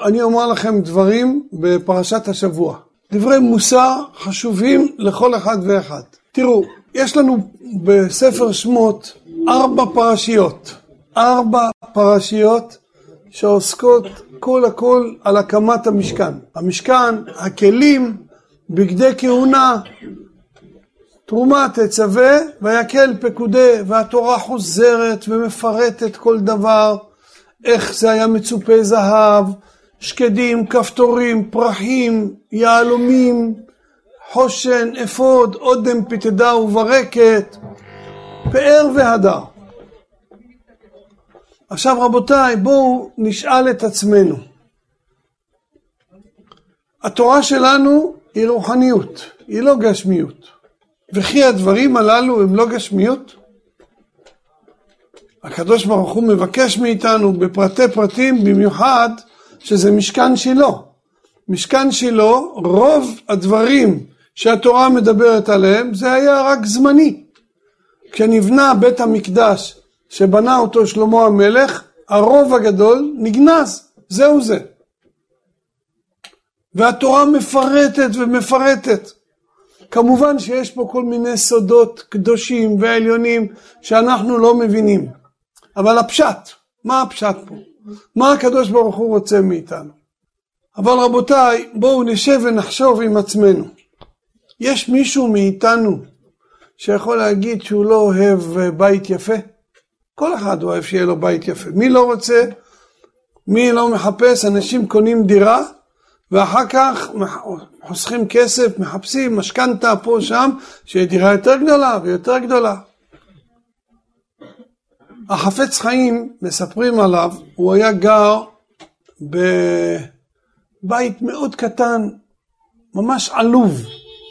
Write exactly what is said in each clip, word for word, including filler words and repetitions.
אני אומר לכם דברים בפרשת השבוע. דברי מוסר חשובים לכל אחד ואחד. תראו, יש לנו בספר שמות ארבע פרשיות. ארבע פרשיות שעוסקות כל הכל על הקמת המשכן. המשכן, הכלים, בגדי כהונה, תרומה תצווה ויקל פקודי, והתורה חוזרת ומפרטת כל דבר, איך זה היה מצופה זהב, שקדים, כפתורים, פרחים, יהלומים, חושן, אפוד, אודם, פתדה וברקת, פאר והדר. עכשיו רבותיי, בואו נשאל את עצמנו. התורה שלנו היא רוחניות, היא לא גשמיות. וכי הדברים הללו הם לא גשמיות? הקדוש ברוך הוא מבקש מאיתנו בפרטי פרטים, במיוחד שזה משכן שלו. משכן שלו, רוב הדברים שהתורה מדברת עליהם, זה היה רק זמני. כשנבנה בית המקדש שבנה אותו שלמה המלך, הרוב הגדול נגנז, זהו זה. והתורה מפרטת ומפרטת. כמובן שיש פה כל מיני סודות קדושים ועליונים שאנחנו לא מבינים. אבל הפשט, מה הפשט פה? מה הקדוש ברוך הוא רוצה מאיתנו? אבל רבותיי, בואו נשב ונחשוב עם עצמנו. יש מישהו מאיתנו שיכול להגיד שהוא לא אוהב בית יפה? כל אחד אוהב שיהיה לו בית יפה. מי לא רוצה? מי לא מחפש? אנשים קונים דירה ואחר כך חוסכים כסף, מחפשים משכנתה פה שם, שיהיה דירה יותר גדולה ויותר גדולה. החפץ חיים, מספרים עליו, הוא היה גר בבית מאוד קטן, ממש עלוב.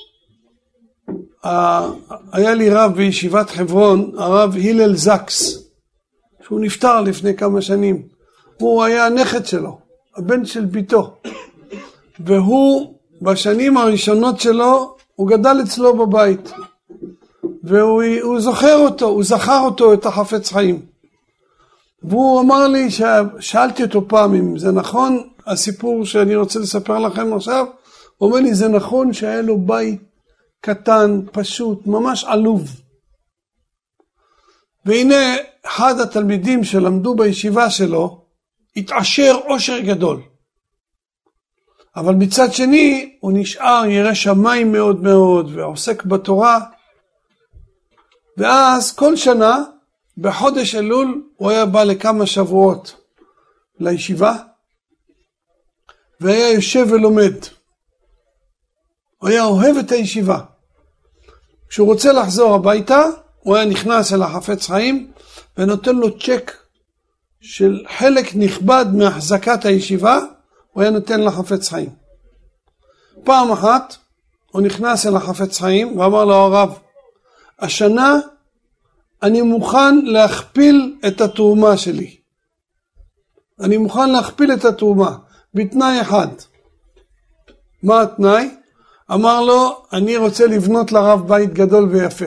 היה לי רב בישיבת חברון, הרב הלל זקס, שהוא נפטר לפני כמה שנים. הוא היה הנכד שלו, הבן של ביתו. והוא בשנים הראשונות שלו, הוא גדל אצלו בבית. והוא הוא זוכר אותו, הוא זכר אותו את החפץ חיים. והוא אמר לי, שאלתי אותו פעם אם זה נכון, הסיפור שאני רוצה לספר לכם עכשיו, הוא אומר לי, זה נכון שהיה לו בית קטן, פשוט, ממש עלוב. והנה, אחד התלמידים שלמדו בישיבה שלו, התעשר עושר גדול. אבל מצד שני, הוא נשאר ירא שמיים מאוד מאוד, ועוסק בתורה. ואז כל שנה, בחודש אלול, הוא היה בא לכמה שבועות לישיבה, והיה יושב ולומד. הוא היה אוהב את הישיבה. כשהוא רוצה לחזור הביתה, הוא היה נכנס אל החפץ חיים, ונותן לו צ'ק של חלק נכבד מהחזקת הישיבה, הוא היה נותן לחפץ חיים. פעם אחת, הוא נכנס אל החפץ חיים, ואמר לו הרב, השנה אני מוכן להכפיל את התרומה שלי. אני מוכן להכפיל את התרומה, בתנאי אחד. מה התנאי? אמר לו, אני רוצה לבנות לרב בית גדול ויפה.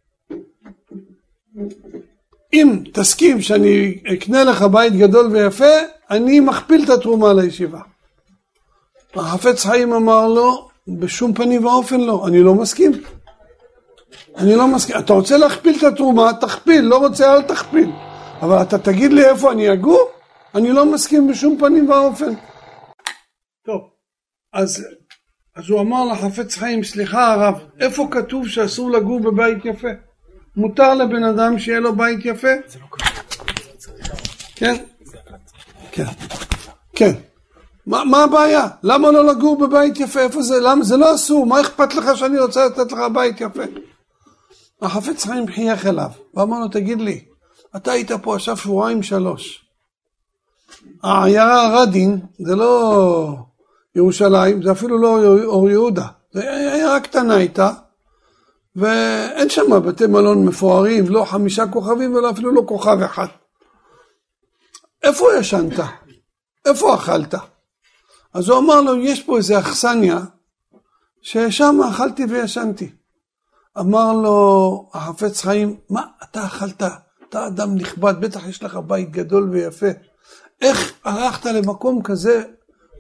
אם תסכים שאני אקנה לך בית גדול ויפה, אני מכפיל את התרומה לישיבה. החפץ חיים אמר לו, בשום פנים ואופן לא, אני לא מסכים. אני לא מסכים. אתה רוצה להכפיל את התרומה, תכפיל, לא רוצה, אל תכפיל. אבל אתה תגיד לי איפה אני אגור? אני לא מסכים בשום פנים ואופן. טוב, אז, אז הוא אמר לחפץ חיים, סליחה הרב, איפה כתוב שאסור לגור בבית יפה? מותר לבן אדם שיהיה לו בית יפה? זה לא כתוב. כן? כן. כן. מה, מה הבעיה? למה לא לגור בבית יפה? איפה זה? למה? זה לא אסור. מה אכפת לך שאני רוצה לתת לך בית יפה? החפץ חיים חייך אליו, ואמר לו, תגיד לי, אתה היית פה עכשיו שבועיים שלוש. העיירה רדין, זה לא ירושלים, זה אפילו לא אור יהודה. זה עיירה קטנה הייתה, ואין שם בתי מלון מפוארים, לא חמישה כוכבים, ולא אפילו לא כוכב אחד. איפה ישנת? איפה אכלת? אז הוא אמר לו, יש פה איזה אכסניה, ששם אכלתי וישנתי. אמר לו החפץ חיים, מה אתה אכלת? אתה אדם נכבד, בטח יש לך בית גדול ויפה. איך הלכת למקום כזה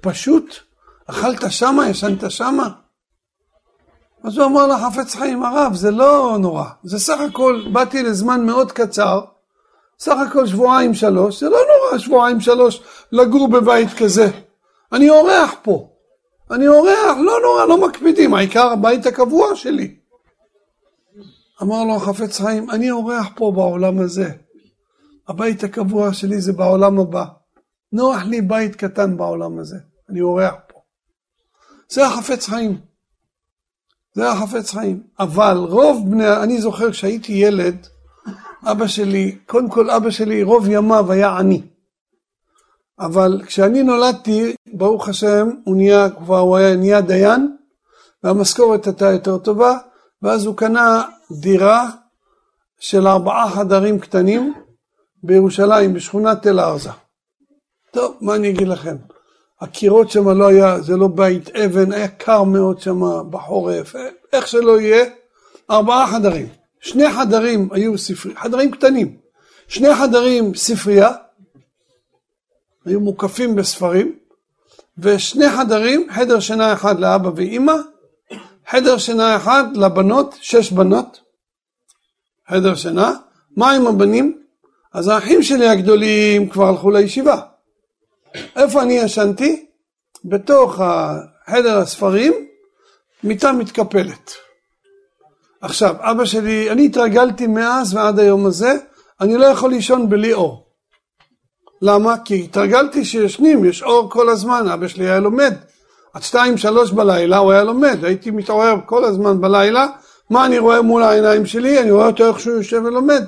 פשוט, אכלת שמה, ישנת שמה. אז הוא אמר לחפץ חיים, הרב, זה לא נורא, זה סך הכל, באתי לזמן מאוד קצר, סך הכל שבועיים שלוש, זה לא נורא שבועיים שלוש לגור בבית כזה. אני אורח פה, אני אורח, לא נורא, לא מקפידים, העיקר הבית הקבוע שלי. אמר לו חפץ חיים, אני אורח פה בעולם הזה, הבית הקבוע שלי זה בעולם הבא, נוח לי בית קטן בעולם הזה, אני אורח פה. זה החפץ חיים, זה החפץ חיים. אבל רוב בני, אני זוכר כשהייתי ילד, אבא שלי, קודם כל אבא שלי רוב ימיו היה עני. אבל כשאני נולדתי, ברוך השם, הוא נהיה, כבר הוא היה נהיה דיין, והמשכורת הייתה יותר טובה, ואז הוא קנה דירה של ארבעה חדרים קטנים, בירושלים, בשכונת תל ארזה. טוב, מה אני אגיד לכם? הקירות שם לא היה, זה לא בית אבן, היה קר מאוד שם בחורף, איך שלא יהיה, ארבעה חדרים. שני חדרים היו ספרי, חדרים קטנים, שני חדרים ספרייה, היו מוקפים בספרים, ושני חדרים, חדר שינה אחד לאבא ואמא, חדר שינה אחד לבנות, שש בנות, חדר שינה. מה עם הבנים? אז האחים שלי הגדולים כבר הלכו לישיבה. איפה אני ישנתי? בתוך החדר הספרים, מיטה מתקפלת. עכשיו, אבא שלי, אני התרגלתי מאז ועד היום הזה, אני לא יכול לישון בלי אור. למה? כי התרגלתי שישנים, יש אור כל הזמן, אבא שלי היה לומד. עד שתיים, שלוש בלילה הוא היה לומד, הייתי מתעורר כל הזמן בלילה, מה אני רואה מול העיניים שלי? אני רואה אותו איך שהוא יושב ולומד.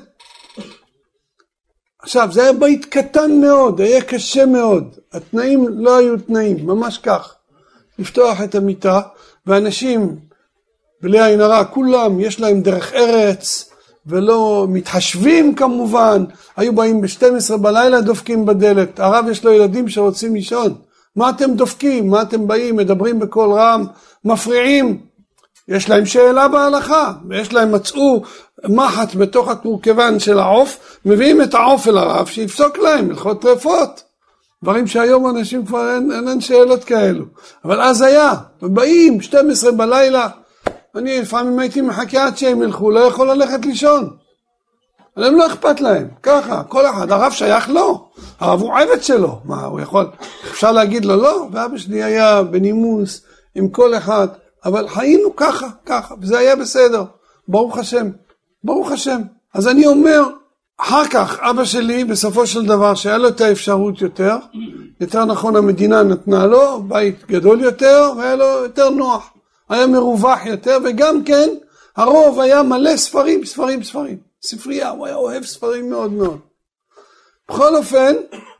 עכשיו, זה היה בית קטן מאוד, היה קשה מאוד, התנאים לא היו תנאים, ממש כך. לפתוח את המיטה, ואנשים, בלי עין הרע, כולם יש להם דרך ארץ, ולא מתחשבים כמובן, היו באים ב-שתים עשרה בלילה דופקים בדלת, הרב יש לו ילדים שרוצים לישון, מה אתם דופקים, מה אתם באים, מדברים בקול רם, מפריעים, יש להם שאלה בהלכה, ויש להם מצאו מחט בתוך הקורקבן של העוף, מביאים את העוף אל הרב שיפסוק להם, הלכות טרפות, דברים שהיום אנשים כבר אין, אין, אין שאלות כאלו, אבל אז היה, ובאים שתים עשרה בלילה, אני לפעמים הייתי מחכה עד שהם ילכו, לא יכול ללכת לישון. אבל הם לא אכפת להם, ככה, כל אחד, הרב שייך לו, הרב הוא עבד שלו, מה הוא יכול, אפשר להגיד לו לא, ואבא שלי היה בנימוס עם כל אחד, אבל חיינו ככה, ככה, וזה היה בסדר, ברוך השם, ברוך השם. אז אני אומר, אחר כך אבא שלי בסופו של דבר שהיה לו את האפשרות יותר, יותר נכון המדינה נתנה לו, בית גדול יותר, והיה לו יותר נוח. היה מרווח יותר, וגם כן הרוב היה מלא ספרים, ספרים, ספרים. ספרייה, הוא היה אוהב ספרים מאוד מאוד. בכל אופן,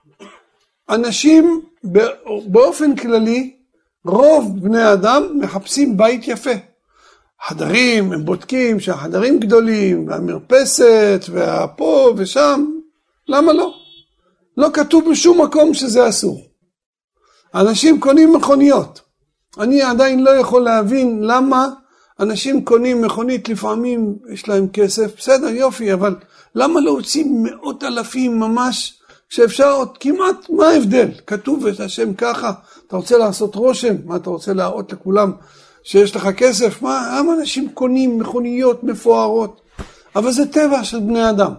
אנשים באופן כללי, רוב בני אדם מחפשים בית יפה. חדרים, הם בודקים שהחדרים גדולים, והמרפסת, והפה ושם, למה לא? לא כתוב בשום מקום שזה אסור. אנשים קונים מכוניות. אני עדיין לא יכול להבין למה אנשים קונים מכונית, לפעמים יש להם כסף, בסדר יופי, אבל למה להוציא מאות אלפים ממש, שאפשר עוד כמעט, מה ההבדל? כתוב את השם ככה, אתה רוצה לעשות רושם, מה אתה רוצה להראות לכולם שיש לך כסף? מה, למה אנשים קונים מכוניות מפוארות? אבל זה טבע של בני אדם.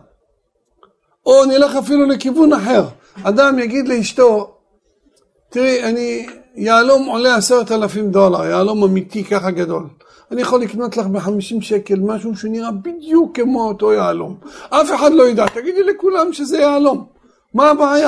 או נלך אפילו לכיוון אחר, אדם יגיד לאשתו, תראי, אני... יעלום עולה עשרת אלפים דולר, יעלום אמיתי ככה גדול. אני יכול לקנות לך בחמישים שקל משהו שנראה בדיוק כמו אותו יעלום. אף אחד לא ידע, תגידי לכולם שזה יעלום. מה הבעיה?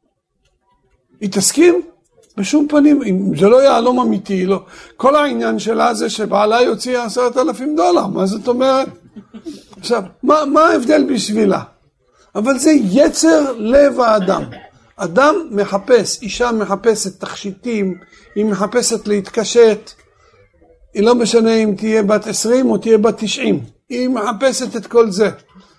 היא תסכים? בשום פנים, אם זה לא יעלום אמיתי, לא. כל העניין שלה זה שבעלה יוציא עשרת אלפים דולר, מה זאת אומרת? עכשיו, מה, מה ההבדל בשבילה? אבל זה יצר לב האדם. אדם מחפש, אישה מחפשת תכשיטים, היא מחפשת להתקשט, היא לא משנה אם תהיה בת עשרים או תהיה בת תשעים, היא מחפשת את כל זה.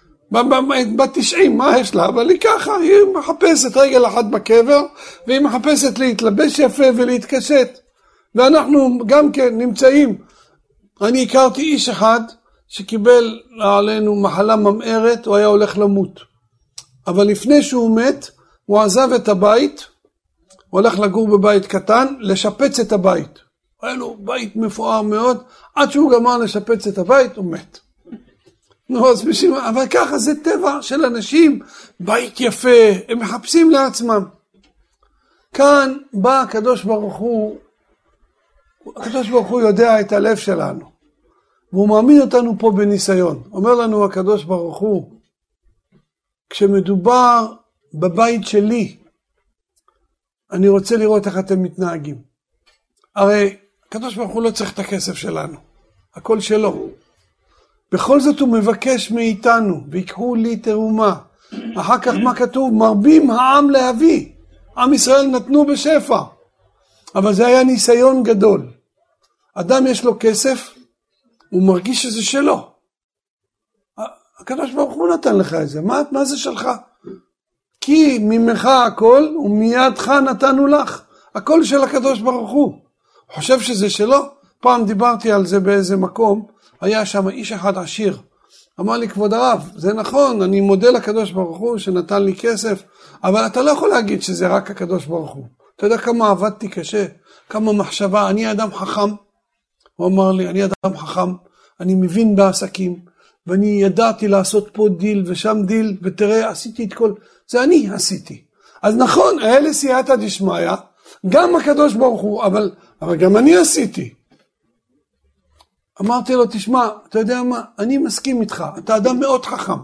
בת תשעים, מה יש לה? אבל היא ככה, היא מחפשת רגל אחת בקבר, והיא מחפשת להתלבש יפה ולהתקשט. ואנחנו גם כן נמצאים, אני הכרתי איש אחד שקיבל עלינו מחלה ממארת, הוא היה הולך למות. אבל לפני שהוא מת, הוא עזב את הבית, הולך לגור בבית קטן, לשפץ את הבית. היה לו בית מפואר מאוד, עד שהוא גמר לשפץ את הבית, הוא מת. נו, אז בשביל, אבל ככה זה טבע של אנשים, בית יפה, הם מחפשים לעצמם. כאן בא הקדוש ברוך הוא, הקדוש ברוך הוא יודע את הלב שלנו, והוא מעמיד אותנו פה בניסיון. אומר לנו הקדוש ברוך הוא, כשמדובר בבית שלי, אני רוצה לראות איך אתם מתנהגים. הרי הקדוש ברוך הוא לא צריך את הכסף שלנו, הכל שלו. בכל זאת הוא מבקש מאיתנו, ויקחו לי תרומה. אחר כך מה כתוב? מרבים העם להביא. עם ישראל נתנו בשפע. אבל זה היה ניסיון גדול. אדם יש לו כסף, הוא מרגיש שזה שלו. הקדוש ברוך הוא נתן לך את זה. מה, מה זה שלך? כי ממך הכל ומידך נתנו לך. הכל של הקדוש ברוך הוא. חושב שזה שלו? פעם דיברתי על זה באיזה מקום. היה שם איש אחד עשיר. אמר לי, כבוד הרב, זה נכון, אני מודה לקדוש ברוך הוא שנתן לי כסף, אבל אתה לא יכול להגיד שזה רק הקדוש ברוך הוא. אתה יודע כמה עבדתי קשה, כמה מחשבה, אני אדם חכם. הוא אמר לי, אני אדם חכם, אני מבין בעסקים, ואני ידעתי לעשות פה דיל ושם דיל, ותראה, עשיתי את כל, זה אני עשיתי. אז נכון, אלה סייעתא דשמיא, גם הקדוש ברוך הוא, אבל, אבל גם אני עשיתי. אמרתי לו, תשמע, אתה יודע מה, אני מסכים איתך, אתה אדם מאוד חכם.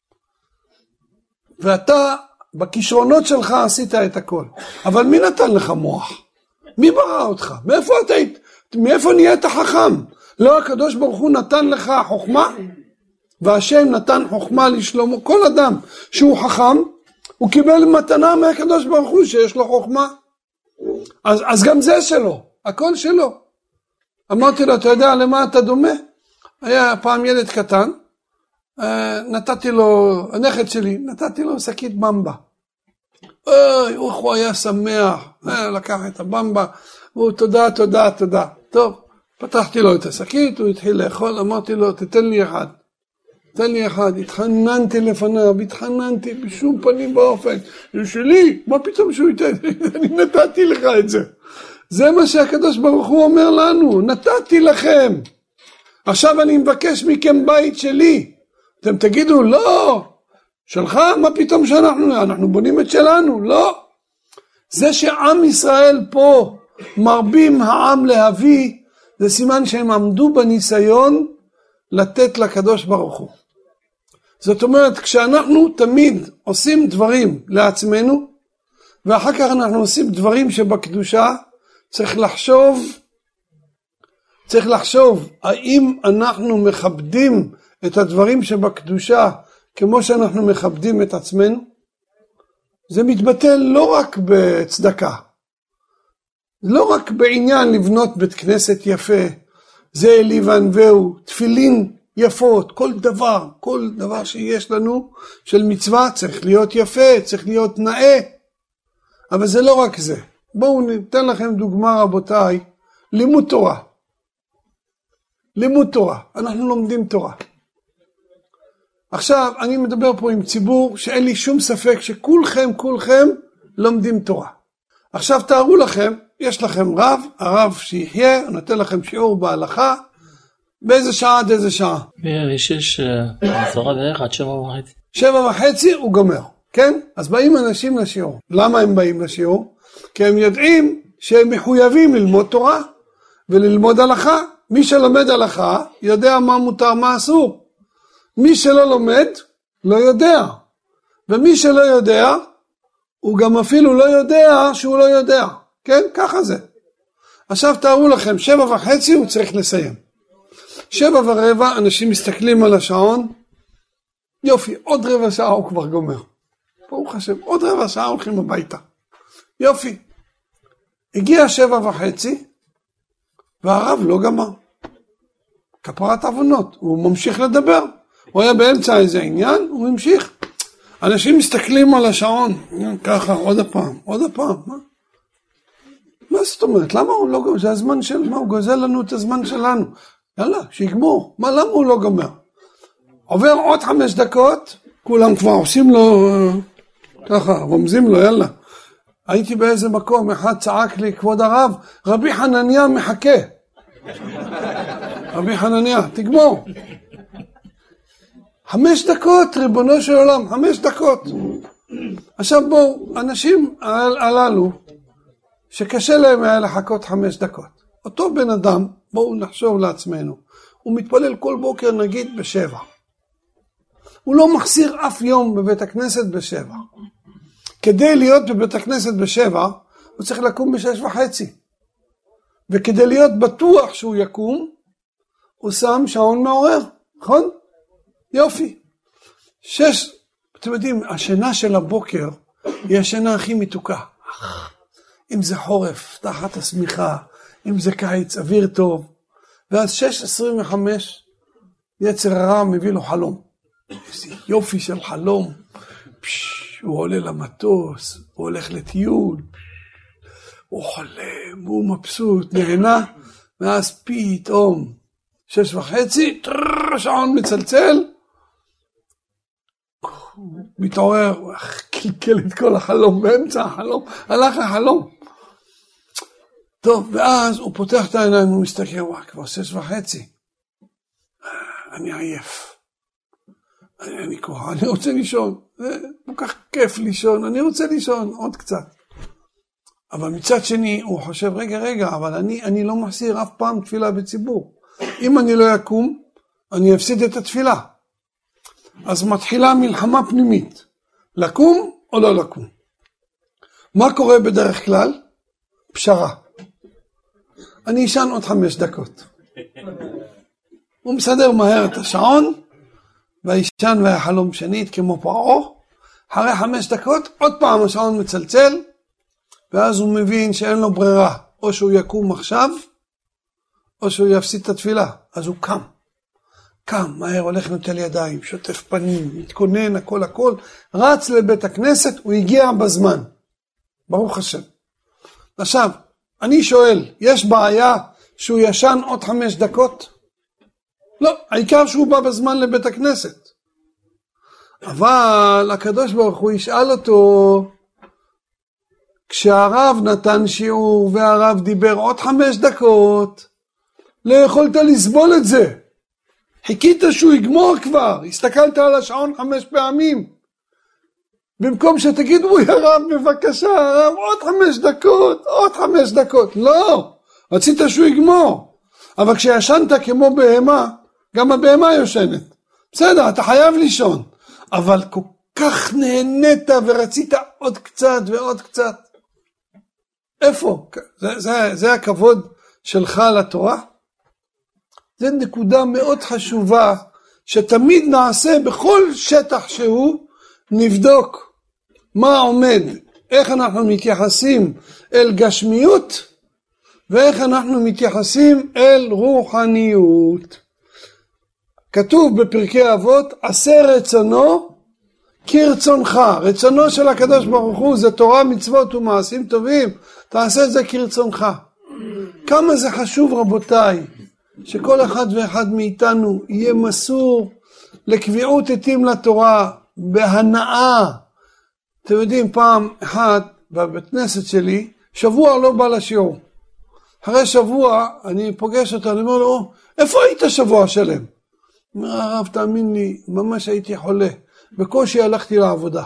ואתה, בכישרונות שלך עשית את הכל. אבל מי נתן לך מוח? מי ברא אותך? מאיפה אתה, מאיפה נהיית חכם? לא, הקדוש ברוך הוא נתן לך חוכמה, והשם נתן חוכמה לשלמה. כל אדם שהוא חכם, הוא קיבל מתנה מהקדוש ברוך הוא שיש לו חוכמה. אז, אז גם זה שלו, הכל שלו. אמרתי לו, אתה יודע למה אתה דומה? היה פעם ילד קטן, נתתי לו, הנכד שלי, נתתי לו שקית במבה. אוי, הוא היה שמח, לקח את הבמבה, הוא תודה, תודה, תודה. טוב, פתחתי לו את השקית, הוא התחיל לאכול, אמרתי לו, תתן לי אחד. תן לי אחד, התחננתי לפניו, התחננתי בשום פנים באופן. זה שלי, מה פתאום שהוא ייתן? אני נתתי לך את זה. זה מה שהקדוש ברוך הוא אומר לנו, נתתי לכם. עכשיו אני מבקש מכם בית שלי. אתם תגידו, לא, שלך, מה פתאום שאנחנו, אנחנו בונים את שלנו, לא. זה שעם ישראל פה, מרבים העם להביא, זה סימן שהם עמדו בניסיון לתת לקדוש ברוך הוא. זאת אומרת, כשאנחנו תמיד עושים דברים לעצמנו, ואחר כך אנחנו עושים דברים שבקדושה, צריך לחשוב, צריך לחשוב, האם אנחנו מכבדים את הדברים שבקדושה, כמו שאנחנו מכבדים את עצמנו? זה מתבטא לא רק בצדקה, לא רק בעניין לבנות בית כנסת יפה, זה אלי וענווהו, תפילין יפות, כל דבר, כל דבר שיש לנו של מצווה צריך להיות יפה, צריך להיות נאה, אבל זה לא רק זה. בואו ניתן לכם דוגמה רבותיי, לימוד תורה. לימוד תורה, אנחנו לומדים תורה. עכשיו אני מדבר פה עם ציבור שאין לי שום ספק שכולכם, כולכם לומדים תורה. עכשיו תארו לכם, יש לכם רב, הרב שיחיה, הוא נותן לכם שיעור בהלכה, באיזה שעה עד איזה שעה? יש עשרה בערך עד שבע וחצי. שבע וחצי הוא גומר, כן? אז באים אנשים לשיעור. למה הם באים לשיעור? כי הם יודעים שהם מחויבים ללמוד תורה וללמוד הלכה. מי שלומד הלכה יודע מה מותר מה אסור. מי שלא לומד לא יודע. ומי שלא יודע הוא גם אפילו לא יודע שהוא לא יודע. כן? ככה זה. עכשיו תארו לכם, שבע וחצי הוא צריך לסיים. שבע ורבע אנשים מסתכלים על השעון. יופי, עוד רבע שעה הוא כבר גומר. ברוך השם, עוד רבע שעה הולכים הביתה. יופי. הגיע שבע וחצי, והרב לא גמר. כפרת עוונות, הוא ממשיך לדבר. הוא היה באמצע איזה עניין, הוא ממשיך. אנשים מסתכלים על השעון, ככה, עוד הפעם, עוד הפעם. מה? מה זאת אומרת? למה הוא לא גמר? זה הזמן של, מה? הוא גוזל לנו את הזמן שלנו. יאללה, שיגמור. מה, למה הוא לא גמר? עובר עוד חמש דקות, כולם כבר עושים לו, ככה, רומזים לו, יאללה. הייתי באיזה מקום, אחד צעק לי, כבוד הרב, רבי חנניה מחכה. רבי חנניה, תגמור. חמש דקות, ריבונו של עולם, חמש דקות. עכשיו בואו, אנשים הללו, שקשה להם היה לחכות חמש דקות. אותו בן אדם, בואו נחשוב לעצמנו, הוא מתפלל כל בוקר נגיד בשבע. הוא לא מחסיר אף יום בבית הכנסת בשבע. כדי להיות בבית הכנסת בשבע, הוא צריך לקום בשש וחצי. וכדי להיות בטוח שהוא יקום, הוא שם שעון מעורר, נכון? יופי. שש, אתם יודעים, השינה של הבוקר היא השינה הכי מתוקה. אם זה חורף, תחת הסמיכה, אם זה קיץ, אוויר טוב. ואז שש עשרים וחמש, יצר הרע מביא לו חלום. איזה יופי של חלום. פש, הוא עולה למטוס, הוא הולך לטיול, הוא חולם, הוא מבסוט, נהנה, ואז פתאום, שש וחצי, טררר, שעון מצלצל, הוא מתעורר, הוא קלקל את כל החלום, באמצע החלום, הלך החלום. טוב, ואז הוא פותח את העיניים, הוא מסתכל, וואי, כבר שש וחצי, אני עייף, אני, אני כוח, אני רוצה לישון, זה כל כך כיף לישון, אני רוצה לישון עוד קצת. אבל מצד שני, הוא חושב, רגע, רגע, אבל אני, אני לא מחסיר אף פעם תפילה בציבור. אם אני לא יקום, אני אפסיד את התפילה. אז מתחילה מלחמה פנימית, לקום או לא לקום. מה קורה בדרך כלל? פשרה. אני אשן עוד חמש דקות. הוא מסדר מהר את השעון, והישן והחלום שנית כמו פרעה. אחרי חמש דקות, עוד פעם השעון מצלצל, ואז הוא מבין שאין לו ברירה. או שהוא יקום עכשיו, או שהוא יפסיד את התפילה. אז הוא קם. קם, מהר, הולך נוטל ידיים, שוטף פנים, מתכונן, הכל הכל, רץ לבית הכנסת, הוא הגיע בזמן. ברוך השם. עכשיו, אני שואל, יש בעיה שהוא ישן עוד חמש דקות? לא, העיקר שהוא בא בזמן לבית הכנסת. אבל הקדוש ברוך הוא ישאל אותו, כשהרב נתן שיעור והרב דיבר עוד חמש דקות, לא יכולת לסבול את זה. חיכית שהוא יגמור כבר, הסתכלת על השעון חמש פעמים. במקום שתגיד, אוי הרב בבקשה, הרב עוד חמש דקות, עוד חמש דקות. לא, רצית שהוא יגמור. אבל כשישנת כמו בהמה, גם הבהמה יושנת. בסדר, אתה חייב לישון. אבל כל כך נהנית ורצית עוד קצת ועוד קצת. איפה? זה, זה, זה הכבוד שלך לתורה? זה נקודה מאוד חשובה, שתמיד נעשה בכל שטח שהוא, נבדוק מה עומד, איך אנחנו מתייחסים אל גשמיות, ואיך אנחנו מתייחסים אל רוחניות. כתוב בפרקי אבות, עשה רצונו כרצונך. רצונו של הקדוש ברוך הוא זה תורה, מצוות ומעשים טובים, תעשה את זה כרצונך. כמה זה חשוב רבותיי, שכל אחד ואחד מאיתנו יהיה מסור לקביעות עתים לתורה, בהנאה. אתם יודעים, פעם אחת בבית כנסת שלי, שבוע לא בא לשיעור. אחרי שבוע אני פוגש אותו, אני אומר לו, איפה היית שבוע שלם? אומר, הרב, תאמין לי, ממש הייתי חולה. בקושי הלכתי לעבודה.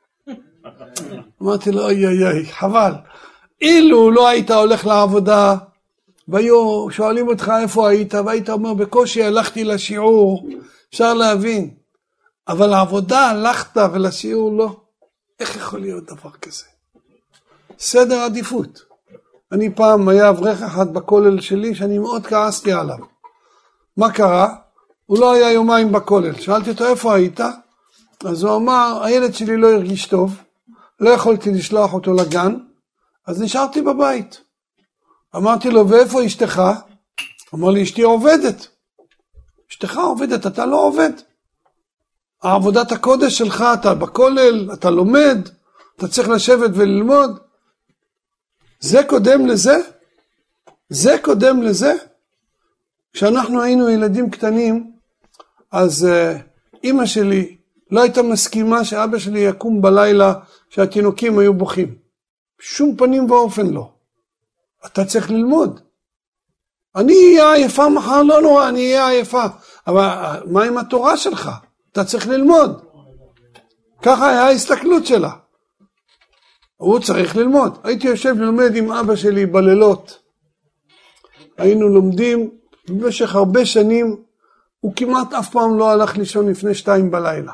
אמרתי לו, אוי אוי אוי, חבל. אילו לא היית הולך לעבודה, והיו שואלים אותך איפה היית, והיית אומר, בקושי הלכתי לשיעור, אפשר להבין. אבל לעבודה הלכת ולשיעור לא. איך יכול להיות דבר כזה? סדר עדיפות. אני פעם היה אברך אחד בכולל שלי, שאני מאוד כעסתי עליו. מה קרה? הוא לא היה יומיים בכולל. שאלתי אותו, איפה היית? אז הוא אמר, הילד שלי לא הרגיש טוב, לא יכולתי לשלוח אותו לגן, אז נשארתי בבית. אמרתי לו, ואיפה אשתך? אמר לי, אשתי עובדת. אשתך עובדת, אתה לא עובד. העבודת הקודש שלך, אתה בכולל, אתה לומד, אתה צריך לשבת וללמוד. זה קודם לזה? זה קודם לזה? כשאנחנו היינו ילדים קטנים, אז uh, אמא שלי לא הייתה מסכימה שאבא שלי יקום בלילה שהתינוקים היו בוכים. שום פנים ואופן לא. אתה צריך ללמוד. אני אהיה עייפה מחר, לא נורא, אני אהיה עייפה. אבל מה עם התורה שלך? אתה צריך ללמוד. ככה היה ההסתכלות שלה. הוא צריך ללמוד. הייתי יושב ללמד עם אבא שלי בלילות. היינו לומדים במשך הרבה שנים, הוא כמעט אף פעם לא הלך לישון לפני שתיים בלילה.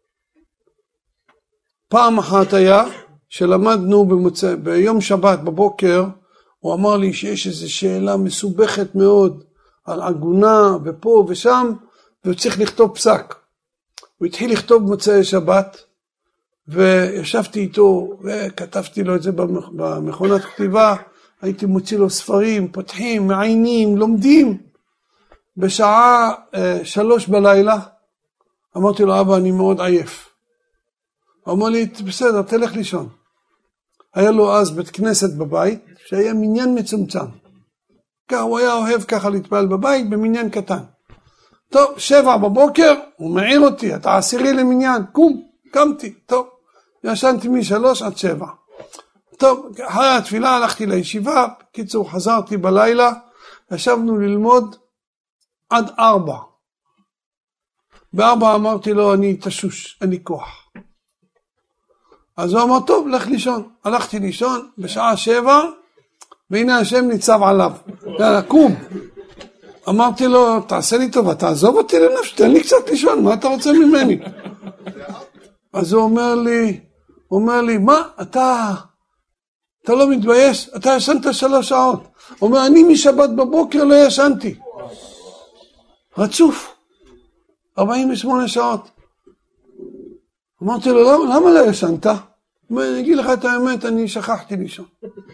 פעם אחת היה שלמדנו במוצא, ביום שבת בבוקר, הוא אמר לי שיש איזו שאלה מסובכת מאוד על עגונה ופה ושם, והוא צריך לכתוב פסק. הוא התחיל לכתוב מוצאי שבת, וישבתי איתו וכתבתי לו את זה במכונת כתיבה, הייתי מוציא לו ספרים, פותחים, מעיינים, לומדים. בשעה אה, שלוש בלילה, אמרתי לו, אבא, אני מאוד עייף. הוא אמר לי, בסדר, תלך לישון. היה לו אז בית כנסת בבית, שהיה מניין מצומצם. ככה הוא היה אוהב ככה להתפעל בבית, במניין קטן. טוב, שבע בבוקר, הוא מעיר אותי, אתה עשירי למניין, קום, קמתי, טוב. ישנתי משלוש עד שבע. טוב, אחרי התפילה הלכתי לישיבה, קיצור חזרתי בלילה, ישבנו ללמוד עד ארבע. בארבע אמרתי לו, אני תשוש, אני כוח. אז הוא אמר, טוב, לך לישון. הלכתי לישון בשעה שבע, והנה השם ניצב עליו. יאללה, קום. אמרתי לו, תעשה לי טובה, תעזוב אותי לנפש, תן לי קצת לישון, מה אתה רוצה ממני? אז הוא אומר לי, הוא אומר לי, מה, אתה, אתה לא מתבייש? אתה ישנת שלוש שעות. הוא אומר, אני משבת בבוקר לא ישנתי. רצוף, ארבעים ושמונה שעות. אמרתי לו, למה, למה לא ישנת? אני אגיד לך את האמת, אני שכחתי לישון.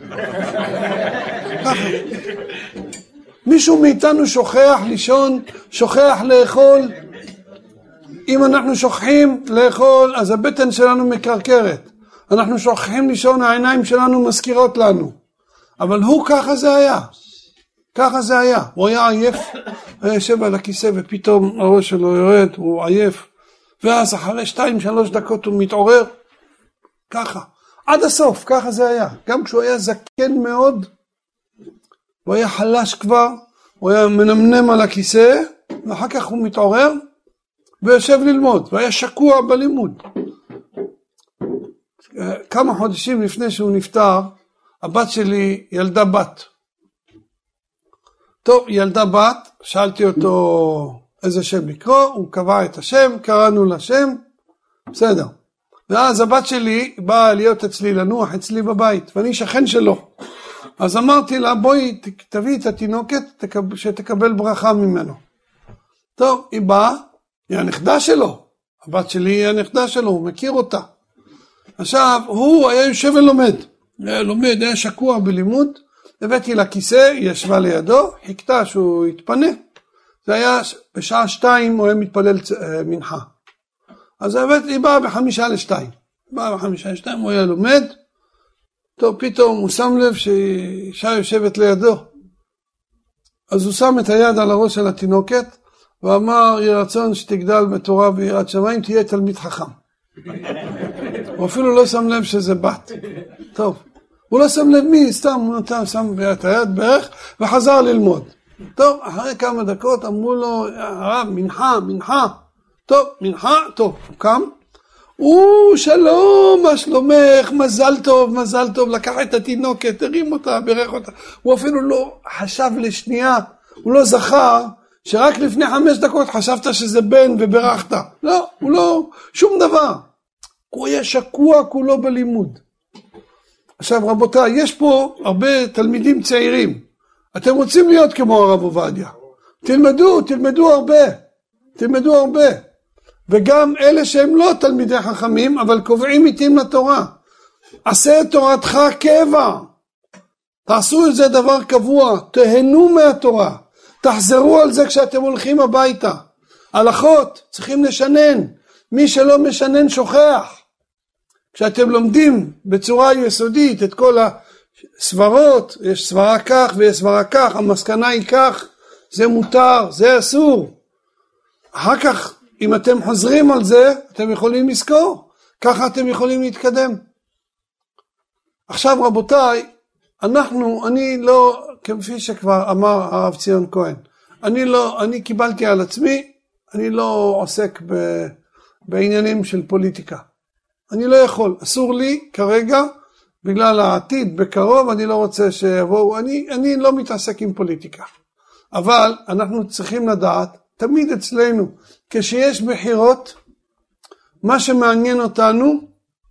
ככה. מישהו מאיתנו שוכח לישון, שוכח לאכול. אם אנחנו שוכחים לאכול, אז הבטן שלנו מקרקרת. אנחנו שוכחים לישון, העיניים שלנו מזכירות לנו. אבל הוא ככה זה היה. ככה זה היה. הוא היה עייף, היה יושב על הכיסא ופתאום הראש שלו יורד, הוא עייף. ואז אחרי שתיים, שלוש דקות הוא מתעורר. ככה. עד הסוף, ככה זה היה. גם כשהוא היה זקן מאוד, הוא היה חלש כבר, הוא היה מנמנם על הכיסא, ואחר כך הוא מתעורר, ויושב ללמוד, והיה שקוע בלימוד. כמה חודשים לפני שהוא נפטר, הבת שלי ילדה בת. טוב, ילדה בת, שאלתי אותו איזה שם לקרוא, הוא קבע את השם, קראנו לשם, בסדר. ואז הבת שלי באה להיות אצלי, לנוח אצלי בבית, ואני שכן שלו. אז אמרתי לה, בואי תביאי את התינוקת, שתקבל ברכה ממנו. טוב, היא באה, היא הנכדה שלו, הבת שלי היא הנכדה שלו, הוא מכיר אותה. עכשיו, הוא היה יושב ולומד, היה לומד, היה שקוע בלימוד, הבאתי לכיסא, היא ישבה לידו, חיכתה שהוא יתפנה. זה היה בשעה שתיים, הוא היה מתפלל מנחה. אז היא באה בחמישה לשתיים. באה בחמישה לשתיים, הוא היה לומד. טוב, פתאום הוא שם לב שאישה יושבת לידו. אז הוא שם את היד על הראש של התינוקת, ואמר, יהי רצון שתגדל בתורה ויראת שמיים, תהיה תלמיד חכם. הוא אפילו לא שם לב שזה בת. טוב. הוא לא שם לב מי, סתם הוא נתן, שם את היד בערך, וחזר ללמוד. טוב, אחרי כמה דקות אמרו לו, הרב, מנחה, מנחה. טוב, מנחה, טוב, הוא קם. הוא, שלום, מה שלומך, מזל טוב, מזל טוב, לקח את התינוקת, הרים אותה, ברך אותה. הוא אפילו לא חשב לשנייה, הוא לא זכר, שרק לפני חמש דקות חשבת שזה בן וברכת. לא, הוא לא, שום דבר. הוא היה שקוע כולו בלימוד. עכשיו רבותיי, יש פה הרבה תלמידים צעירים. אתם רוצים להיות כמו הרב עובדיה. תלמדו, תלמדו הרבה. תלמדו הרבה. וגם אלה שהם לא תלמידי חכמים, אבל קובעים איתים לתורה. עשה את תורתך קבע. תעשו את זה דבר קבוע. תהנו מהתורה. תחזרו על זה כשאתם הולכים הביתה. הלכות צריכים לשנן. מי שלא משנן שוכח. כשאתם לומדים בצורה יסודית את כל הסברות, יש סברה כך ויש סברה כך, המסקנה היא כך, זה מותר, זה אסור. אחר כך, אם אתם חוזרים על זה, אתם יכולים לזכור, ככה אתם יכולים להתקדם. עכשיו רבותיי, אנחנו, אני לא, כפי שכבר אמר הרב ציון כהן, אני לא, אני קיבלתי על עצמי, אני לא עוסק ב, בעניינים של פוליטיקה. אני לא יכול, אסור לי כרגע, בגלל העתיד בקרוב, אני לא רוצה שיבואו, אני, אני לא מתעסק עם פוליטיקה. אבל אנחנו צריכים לדעת, תמיד אצלנו, כשיש בחירות, מה שמעניין אותנו,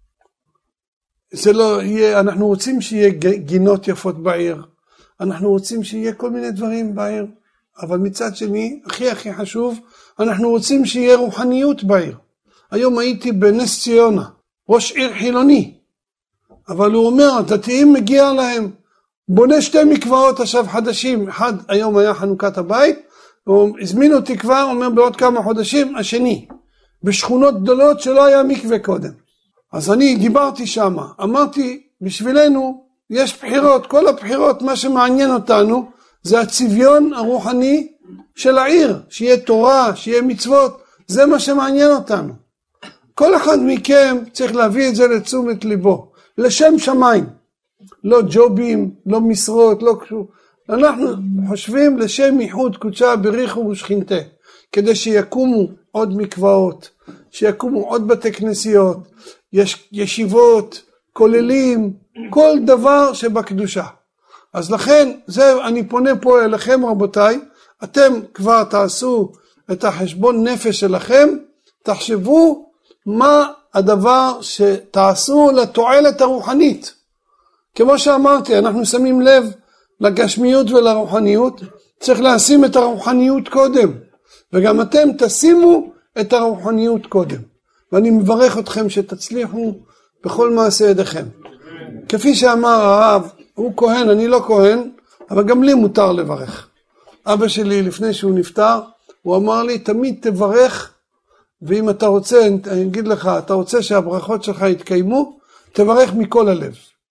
זה לא יהיה, אנחנו רוצים שיהיה גינות יפות בעיר, אנחנו רוצים שיהיה כל מיני דברים בעיר, אבל מצד שני, הכי הכי חשוב, אנחנו רוצים שיהיה רוחניות בעיר. היום הייתי בנס ציונה, ראש עיר חילוני, אבל הוא אומר, הדתיים מגיע להם, בונה שתי מקוואות עכשיו חדשים, אחד היום היה חנוכת הבית, הוא הזמין אותי כבר, אומר בעוד כמה חודשים, השני, בשכונות גדולות שלא היה מקווה קודם. אז אני דיברתי שם, אמרתי, בשבילנו יש בחירות, כל הבחירות, מה שמעניין אותנו, זה הצביון הרוחני של העיר, שיהיה תורה, שיהיה מצוות, זה מה שמעניין אותנו. כל אחד מכם צריך להביא את זה לתשומת ליבו, לשם שמיים, לא ג'ובים, לא משרות, לא קשור. אנחנו חושבים לשם ייחוד קודשה בריחו ושכינתה, כדי שיקומו עוד מקוואות, שיקומו עוד בתי כנסיות, יש ישיבות, כוללים, כל דבר שבקדושה. אז לכן, זה אני פונה פה אליכם רבותיי, אתם כבר תעשו את החשבון נפש שלכם, תחשבו מה הדבר שתעשו לתועלת הרוחנית. כמו שאמרתי, אנחנו שמים לב לגשמיות ולרוחניות, צריך לשים את הרוחניות קודם, וגם אתם תשימו את הרוחניות קודם. ואני מברך אתכם שתצליחו בכל מעשה ידיכם. כפי שאמר הרב, הוא כהן, אני לא כהן, אבל גם לי מותר לברך. אבא שלי לפני שהוא נפטר, הוא אמר לי, תמיד תברך, ואם אתה רוצה, אני אגיד לך, אתה רוצה שהברכות שלך יתקיימו, תברך מכל הלב.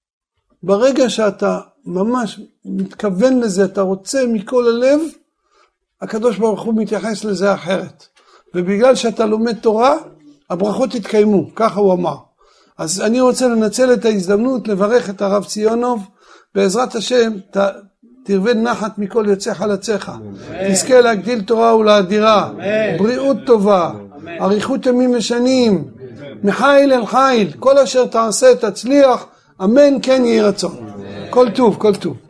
ברגע שאתה ממש מתכוון לזה, אתה רוצה מכל הלב, הקדוש ברוך הוא מתייחס לזה אחרת. ובגלל שאתה לומד תורה, הברכות יתקיימו, ככה הוא אמר. אז אני רוצה לנצל את ההזדמנות לברך את הרב ציונוב, בעזרת השם ת, תרווה נחת מכל יוצא חלציך, תזכה להגדיל תורה ולאדירה, בריאות טובה, אריכות ימים ושנים, מחיל אל חיל, כל אשר תעשה תצליח, אמן כן יהי רצון. כל טוב, כל טוב.